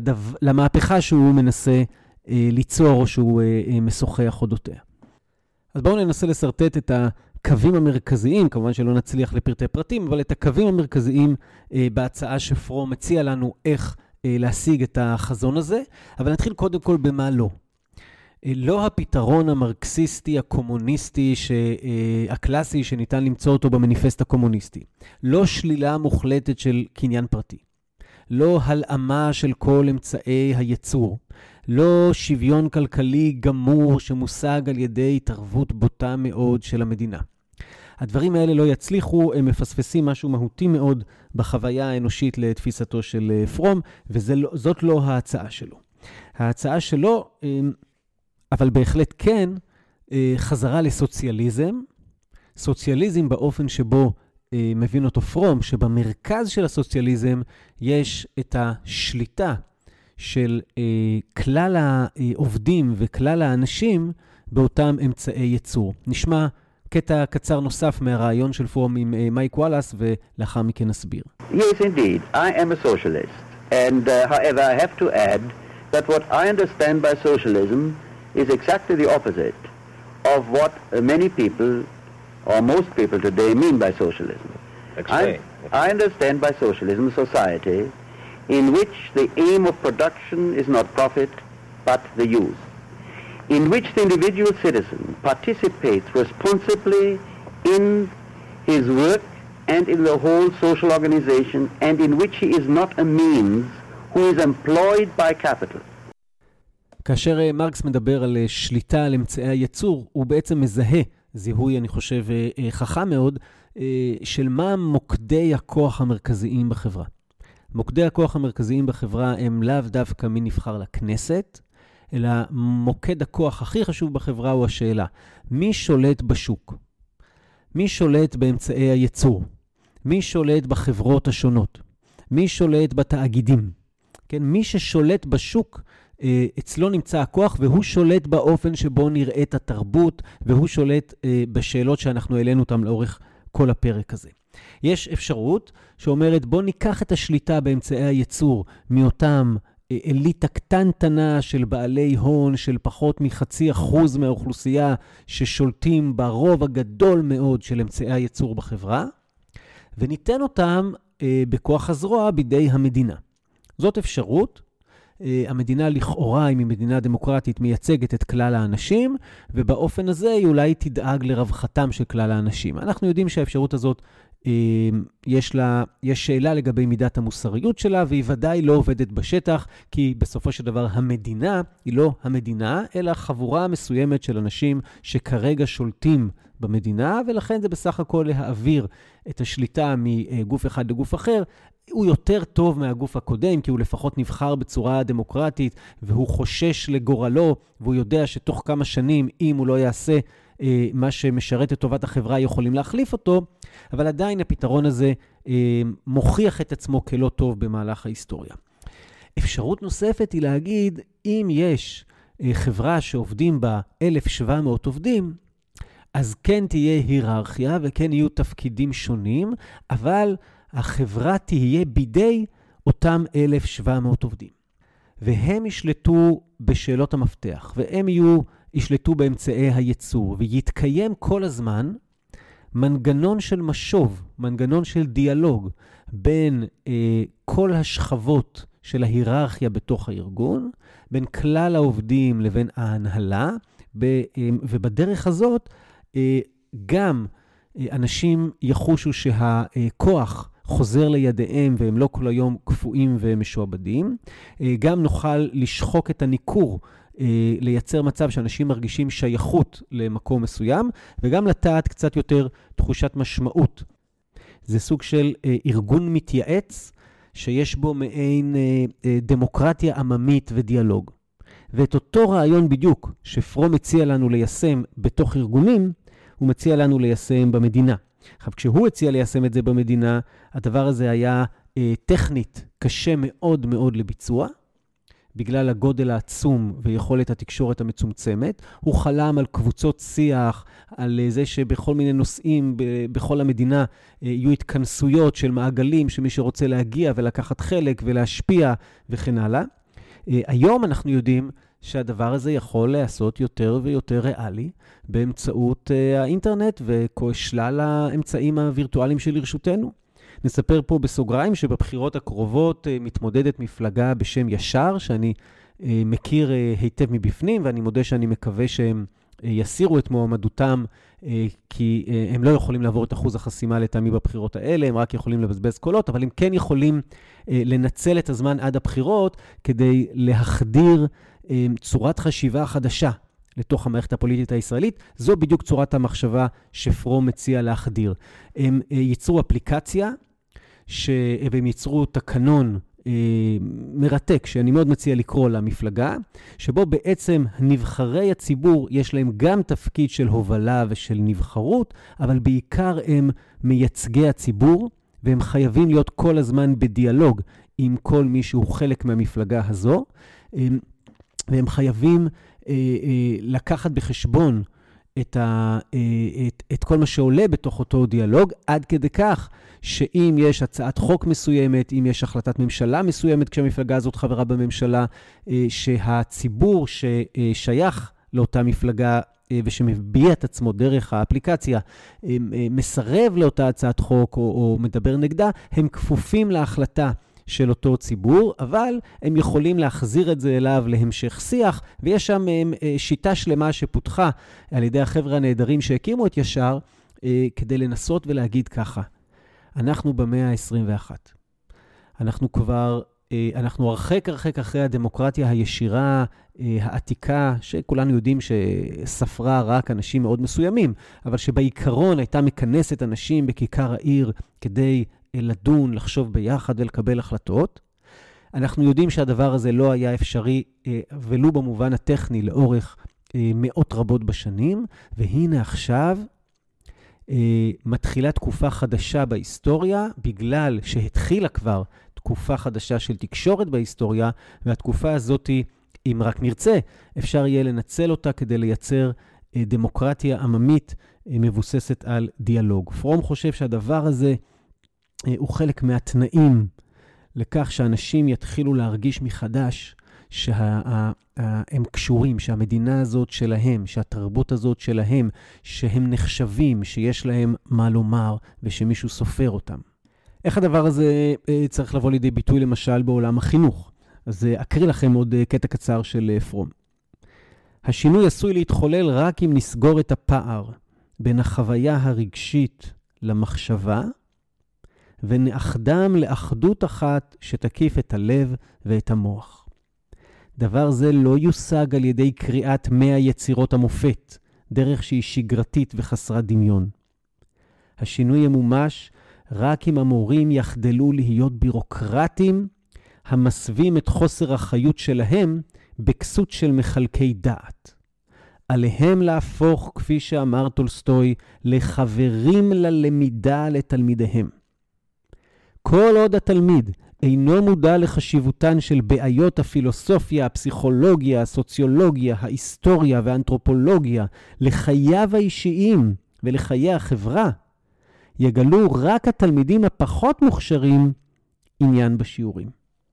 למהפכה שהוא מנסה ליצור או שהוא משוחח אודותיה. אז בואו ננסה לסרטט את הקווים המרכזיים, כמובן שלא נצליח לפרטי פרטים, אבל את הקווים המרכזיים בהצעה שפרום מציע לנו איך להשיג את החזון הזה, אבל נתחיל קודם כל במה לא. לא הפתרון המרקסיסטי, הקומוניסטי, הקלאסי שניתן למצוא אותו במניפסט הקומוניסטי. לא שלילה מוחלטת של קניין פרטי. לא הלאמה של כל אמצעי הייצור. לא שוויון כלכלי גמור שמושג על ידי התערבות בוטה מאוד של המדינה. הדברים האלה לא יצליחו, הם מפספסים משהו מהותי מאוד בחוויה האנושית לתפיסתו של פרום, וזאת לא ההצעה שלו. ההצעה שלו, אבל בהחלט כן, חזרה לסוציאליזם. סוציאליזם באופן שבו מבין אותו פרום, שבמרכז של הסוציאליזם יש את השליטה של כלל העובדים וכלל האנשים באותם אמצעי ייצור. נשמע קטע קצר נוסף מהרעיון של פורום עם מייק וואלאס, ולאחר מכן נסביר. Yes, indeed. I am a socialist. And however, I have to add that what I understand by socialism is exactly the opposite of what many people, or most people today, mean by socialism. Explain. I understand by socialism a society in which the aim of production is not profit, but the use. In which the individual citizen participates responsibly in his work and in the whole social organization, and in which he is not a means who is employed by capital. כאשר מרקס מדבר על שליטה על אמצעי הייצור, הוא בעצם מזהה זיהוי, אני חושב, חכם מאוד, של מה מוקדי הכוח המרכזיים בחברה. מוקדי הכוח המרכזיים בחברה הם לאו דווקא מי נבחר לכנסת, אלא מוקד הכוח הכי חשוב בחברה הוא השאלה, מי שולט בשוק? מי שולט באמצעי הייצור? מי שולט בחברות השונות? מי שולט בתאגידים? כן, מי ששולט בשוק, אצלו נמצא הכוח, והוא שולט באופן שבו נראית התרבות, והוא שולט בשאלות שאנחנו העלינו אותם לאורך כל הפרק הזה. יש אפשרות שאומרת, בוא ניקח את השליטה באמצעי הייצור מאותם אליטה קטנטנה של בעלי הון, של פחות מ0.5% מהאוכלוסייה, ששולטים ברוב הגדול מאוד של אמצעי הייצור בחברה, וניתן אותם בכוח הזרוע בידי המדינה. זאת אפשרות, המדינה לכאורה, אם היא מדינה דמוקרטית, מייצגת את כלל האנשים, ובאופן הזה היא אולי תדאג לרווחתם של כלל האנשים. אנחנו יודעים שהאפשרות הזאת, יש שאלה לגבי מידת המוסריות שלה, והיא ודאי לא עובדת בשטח, כי בסופו של דבר המדינה היא לא המדינה, אלא חבורה מסוימת של אנשים שכרגע שולטים במדינה, ולכן זה בסך הכל להעביר את השליטה מגוף אחד לגוף אחר. הוא יותר טוב מהגוף הקודם, כי הוא לפחות נבחר בצורה דמוקרטית, והוא חושש לגורלו, והוא יודע שתוך כמה שנים, אם הוא לא יעשה מה שמשרת את טובת החברה, יכולים להחליף אותו, אבל עדיין הפתרון הזה מוכיח את עצמו כלא טוב במהלך ההיסטוריה. אפשרות נוספת היא להגיד, אם יש חברה שעובדים בה 1,700 עובדים, אז כן תהיה היררכיה וכן יהיו תפקידים שונים, אבל החברה תהיה בידי אותם 1,700 עובדים. והם ישלטו בשאלות המפתח, והם ישלטו באמצעי הייצור, ויתקיים כל הזמן מנגנון של משוב, מנגנון של דיאלוג, בין כל השכבות של ההיררכיה בתוך הארגון, בין כלל העובדים לבין ההנהלה, ובדרך הזאת גם אנשים יחושו שהכוח חוזר לידיהם והם לא כל היום קפואים ומשועבדים. גם נוכל לשחוק את הניכור, לייצר מצב שאנשים מרגישים שייכות למקום מסוים, וגם לטעת קצת יותר תחושת משמעות. זה סוג של ארגון מתייעץ, שיש בו מעין דמוקרטיה עממית ודיאלוג. ואת אותו רעיון בדיוק שפרום הציע לנו ליישם בתוך ארגונים, הוא מציע לנו ליישם במדינה. עכשיו, כשהוא הציע ליישם את זה במדינה, הדבר הזה היה טכנית קשה מאוד מאוד לביצוע, בגלל הגודל העצום ויכולת התקשורת המצומצמת. הוא חלם על קבוצות שיח, על זה שבכל מיני נושאים בכל המדינה יהיו התכנסויות של מעגלים שמי שרוצה להגיע ולקחת חלק ולהשפיע וכן הלאה. היום אנחנו יודעים שהדבר הזה יכול לעשות יותר ויותר ריאלי באמצעות האינטרנט ושלל האמצעים הווירטואליים שלרשותנו. נספר פה בסוגריים שבבחירות הקרובות מתמודדת מפלגה בשם ישר, שאני מכיר היטב מבפנים, ואני מודה שאני מקווה שהם יסירו את מועמדותם, כי הם לא יכולים לעבור את אחוז החסימה לטעמי בבחירות האלה, הם רק יכולים לבזבז קולות, אבל הם כן יכולים לנצל את הזמן עד הבחירות, כדי להחדיר צורת חשיבה חדשה לתוך המערכת הפוליטית הישראלית. זו בדיוק צורת המחשבה שפרום מציע להחדיר. הם ייצרו אפליקציה, והם ייצרו תקנון מרתק, שאני מאוד מציע לקרוא למפלגה, שבו בעצם נבחרי הציבור יש להם גם תפקיד של הובלה ושל נבחרות, אבל בעיקר הם מייצגי הציבור, והם חייבים להיות כל הזמן בדיאלוג עם כל מי שהוא חלק מהמפלגה הזו, והם חייבים לקחת בחשבון את כל מה שעולה בתוך אותו דיאלוג, עד כדי כך שאם יש הצעת חוק מסוימת, אם יש החלטת ממשלה מסוימת, כשהמפלגה הזאת חברה בממשלה, שהציבור ששייך לאותה מפלגה ושמביע את עצמו דרך האפליקציה, מסרב לאותה הצעת חוק או מדבר נגדה, הם כפופים להחלטה של אותו ציבור, אבל הם יכולים להחזיר את זה אליו להמשך שיח, ויש שם שיטה שלמה שפותחה על ידי החבר'ה הנהדרים שהקימו את ישר, כדי לנסות ולהגיד ככה, אנחנו במאה ה-21. אנחנו הרחק אחרי הדמוקרטיה הישירה, העתיקה, שכולנו יודעים שספרה רק אנשים מאוד מסוימים, אבל שבעיקרון הייתה מכנסת אנשים בכיכר העיר כדי לדון, לחשוב ביחד ולקבל החלטות. אנחנו יודעים שהדבר הזה לא היה אפשרי, ולו במובן הטכני, לאורך מאות רבות בשנים, והנה עכשיו מתחילה תקופה חדשה בהיסטוריה, בגלל שהתחילה כבר תקופה חדשה של תקשורת בהיסטוריה, והתקופה הזאת, אם רק נרצה, אפשר יהיה לנצל אותה כדי לייצר דמוקרטיה עממית מבוססת על דיאלוג. פרום חושב שהדבר הזה הוא חלק מהתנאים לכך שאנשים יתחילו להרגיש מחדש שהם קשורים, שהמדינה הזאת שלהם, שהתרבות הזאת שלהם, שהם נחשבים, שיש להם מה לומר ושמישהו סופר אותם. איך הדבר הזה צריך לבוא לידי ביטוי למשל בעולם החינוך? אז אקריא לכם עוד קטע קצר של פרום. השינוי עשוי להתחולל רק אם נסגור את הפער בין החוויה הרגשית למחשבה, ונאחדם לאחדות אחת שתקיף את הלב ואת המוח. דבר זה לא יושג על ידי קריאת 100 יצירות המופת, דרך שהיא שגרתית וחסרת דמיון. השינוי ימומש רק אם המורים יחדלו להיות בירוקרטים, המסווים את חוסר החיות שלהם בכסות של מחלקי דעת. עליהם להפוך, כפי שאמר טולסטוי, לחברים ללמידה לתלמידיהם. כל עוד התלמיד אינו מודע לחשיבותן של בעיות הפילוסופיה, הפסיכולוגיה, הסוציולוגיה, ההיסטוריה והאנתרופולוגיה, לחייו האישיים ולחיי החברה, יגלו רק התלמידים הפחות מוכשרים עניין בשיעורים.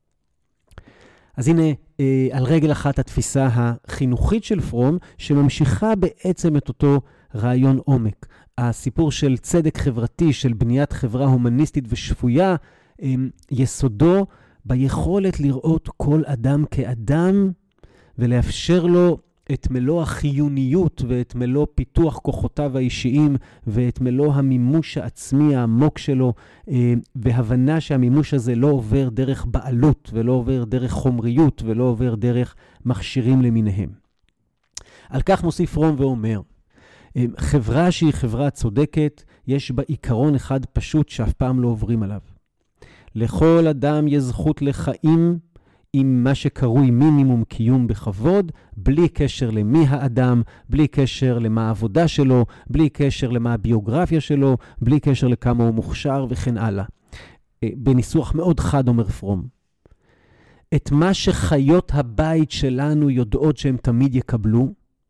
אז הנה, על רגל אחת התפיסה החינוכית של פרום, שממשיכה בעצם את אותו רעיון עומק. הסיפור של צדק חברתי, של בניית חברה הומניסטית ושפויה, יסודו ביכולת לראות כל אדם כאדם, ולאפשר לו את מלוא החיוניות ואת מלוא פיתוח כוחותיו האישיים ואת מלוא המימוש העצמי העמוק שלו, והבנה שהמימוש הזה לא עובר דרך בעלות ולא עובר דרך חומריות ולא עובר דרך מכשירים למיניהם. על כך מוסיף פרום ואומר, חברה שהיא חברה צודקת, יש בה עיקרון אחד פשוט שאף פעם לא עוברים עליו. לכל אדם יש זכות לחיים עם מה שקרוי מינימום קיום בכבוד, בלי קשר למי האדם, בלי קשר למה העבודה שלו, בלי קשר למה הביוגרפיה שלו, בלי קשר לכמה הוא מוכשר וכן הלאה. בניסוח מאוד חד אומר פרום. את מה שחיות הבית שלנו יודעות שהם תמיד יקבלו,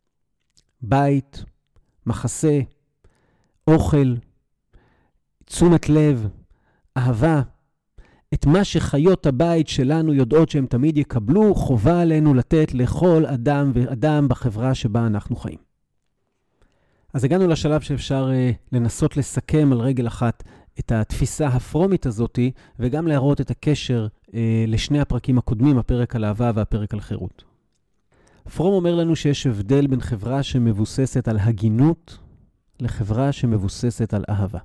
בית, מחסה, אוכל, תשומת לב, אהבה, את מה שחיות הבית שלנו יודעות שהם תמיד יקבלו, חובה עלינו לתת לכל אדם ואדם בחברה שבה אנחנו חיים. אז הגענו לשלב שאפשר לנסות לסכם על רגל אחת את התפיסה הפרומית הזאת, וגם להראות את הקשר לשני הפרקים הקודמים, הפרק על אהבה והפרק על חירות. פרום אומר לנו שיש הבדל בין חברה שמבוססת על הגינות, לחברה שמבוססת על אהבה.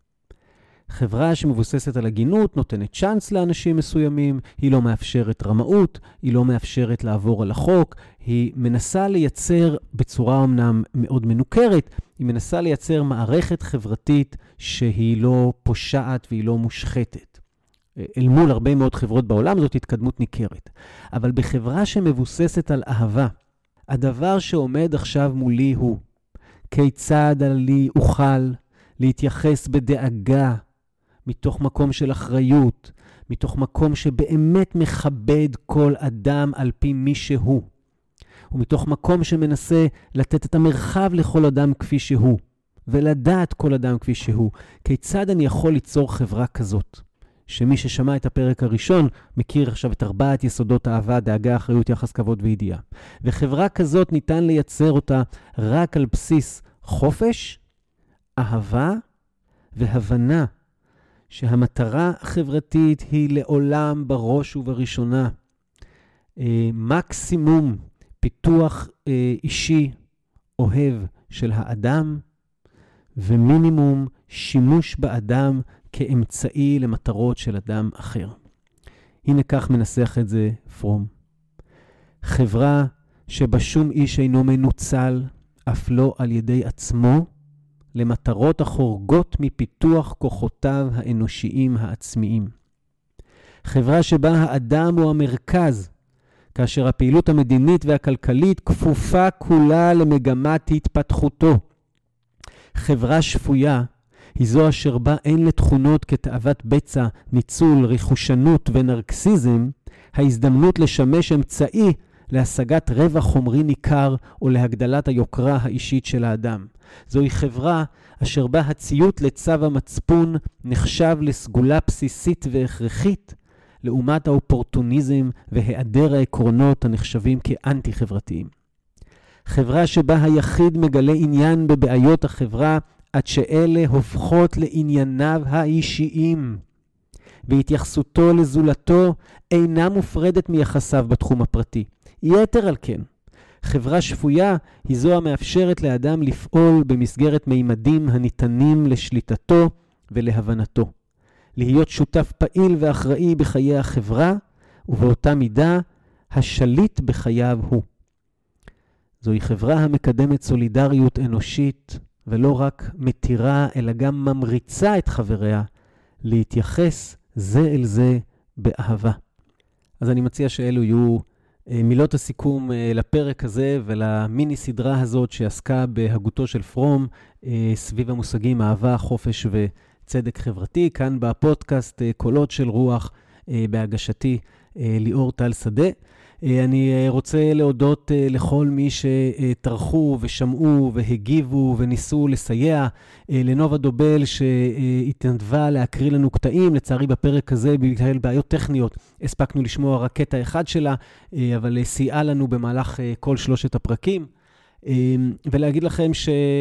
חברה שמבוססת על הגינות נותנת צ'אנס לאנשים מסוימים, היא לא מאפשרת רמאות, היא לא מאפשרת לעבור על החוק, היא מנסה לייצר בצורה אמנם מאוד מנוכרת, היא מנסה לייצר מערכת חברתית שהיא לא פושעת והיא לא מושחתת. אל מול הרבה מאוד חברות בעולם זאת התקדמות ניכרת. אבל בחברה שמבוססת על אהבה, הדבר שעומד עכשיו מולי הוא, כיצד עלי אוכל להתייחס בדאגה, מתוך מקום של אחריות, מתוך מקום שבאמת מכבד כל אדם על פי מי שהוא, ומתוך מקום שמנסה לתת את המרחב לכל אדם כפי שהוא, ולדעת כל אדם כפי שהוא. כיצד אני יכול ליצור חברה כזאת? שמי ששמע את הפרק הראשון מכיר עכשיו את 4 יסודות האהבה, דאגה, אחריות, יחס, כבוד וידיעה. וחברה כזאת ניתן לייצר אותה רק על בסיס חופש, אהבה והבנה שהמטרה החברתית היא לעולם בראש ובראשונה מקסימום פיתוח אישי אוהב של האדם, ומינימום שימוש באדם כאמצעי למטרות של אדם אחר. הנה כך מנסח את זה פרום. חברה שבה שום איש אינו מנוצל, אף לא על ידי עצמו, למטרות החורגות מפיתוח כוחותיו האנושיים העצמיים. חברה שבה האדם הוא המרכז, כאשר הפעילות המדינית והכלכלית כפופה כולה למגמת התפתחותו. חברה שפויה היא זו אשר בה אין לתכונות כתאוות בצע, ניצול, רכושנות ונרקסיזם, ההזדמנות לשמש אמצעי להשגת רווח חומרי ניכר או להגדלת היוקרה האישית של האדם. זוהי חברה אשר בה הציות לצו המצפון נחשב לסגולה בסיסית והכרחית, לעומת האופורטוניזם והיעדר העקרונות הנחשבים כאנטי-חברתיים. חברה שבה היחיד מגלה עניין בבעיות החברה עד שאלה הופכות לענייניו האישיים. והתייחסותו לזולתו אינה מופרדת מיחסיו בתחום הפרטי. יתר על כן, חברה שפויה היא זו המאפשרת לאדם לפעול במסגרת מימדים הניתנים לשליטתו ולהבנתו. להיות שותף פעיל ואחראי בחיי החברה, ובאותה מידה השליט בחייו הוא. זוהי חברה המקדמת סולידריות אנושית, ולא רק מתירה אלא גם ממריצה את חבריה להתייחס זה אל זה באהבה. אז אני מציע שאלו יהיו מילות הסיכום לפרק הזה ולמיני סדרה הזאת שעסקה בהגותו של פרום סביב המושגים אהבה, חופש וצדק חברתי. כאן בפודקאסט קולות של רוח בהגשתי ליאור טל שדה. אני רוצה להודות לכל מי שטרחו ושמעו והגיבו וניסו לסייע, לנובה דובל שהתנדבה להקריא לנו קטעים. לצערי בפרק הזה בגלל בעיות טכניות הספקנו לשמוע רק קטע אחד שלה, אבל סייעה לנו במהלך כל 3 הפרקים. ולהגיד לכם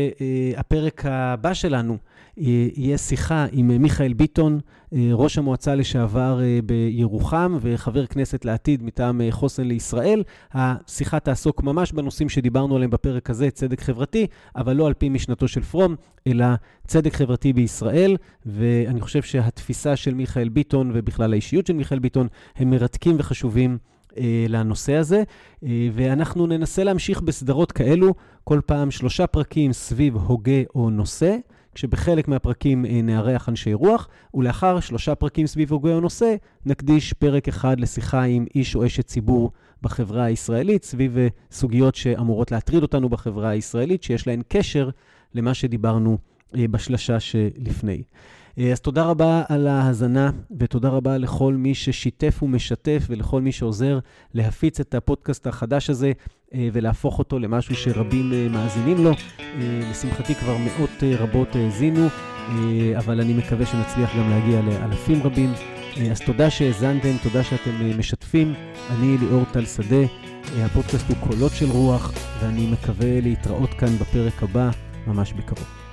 שהפרק הבא שלנו יהיה שיחה עם מיכאל ביטון, ראש המועצה לשעבר בירוחם וחבר כנסת לעתיד מטעם חוסן לישראל. השיחה תעסוק ממש בנושאים שדיברנו עליהם בפרק הזה, צדק חברתי, אבל לא על פי משנתו של פרום, אלא צדק חברתי בישראל. ואני חושב שהתפיסה של מיכאל ביטון ובכלל האישיות של מיכאל ביטון הם מרתקים וחשובים לנושא הזה, ואנחנו ננסה להמשיך בסדרות כאלו, כל פעם 3 פרקים סביב הוגה או נושא, כשבחלק מהפרקים נארח אנשי רוח, ולאחר 3 פרקים סביב הוגה או נושא, נקדיש פרק אחד לשיחה עם איש או אשת ציבור בחברה הישראלית, סביב סוגיות שאמורות להטריד אותנו בחברה הישראלית, שיש להן קשר למה שדיברנו בשלשה שלפני. אז תודה רבה על ההאזנה, ותודה רבה לכל מי ששיתף ומשתף, ולכל מי שעוזר להפיץ את הפודקאסט החדש הזה, ולהפוך אותו למשהו שרבים מאזינים לו. לשמחתי כבר מאות רבות האזינו, אבל אני מקווה שנצליח גם להגיע לאלפים רבים. אז תודה שהאזנתם, תודה שאתם משתפים. אני ליאור טל שדה, הפודקאסט הוא קולות של רוח, ואני מקווה להתראות כאן בפרק הבא ממש בקרוב.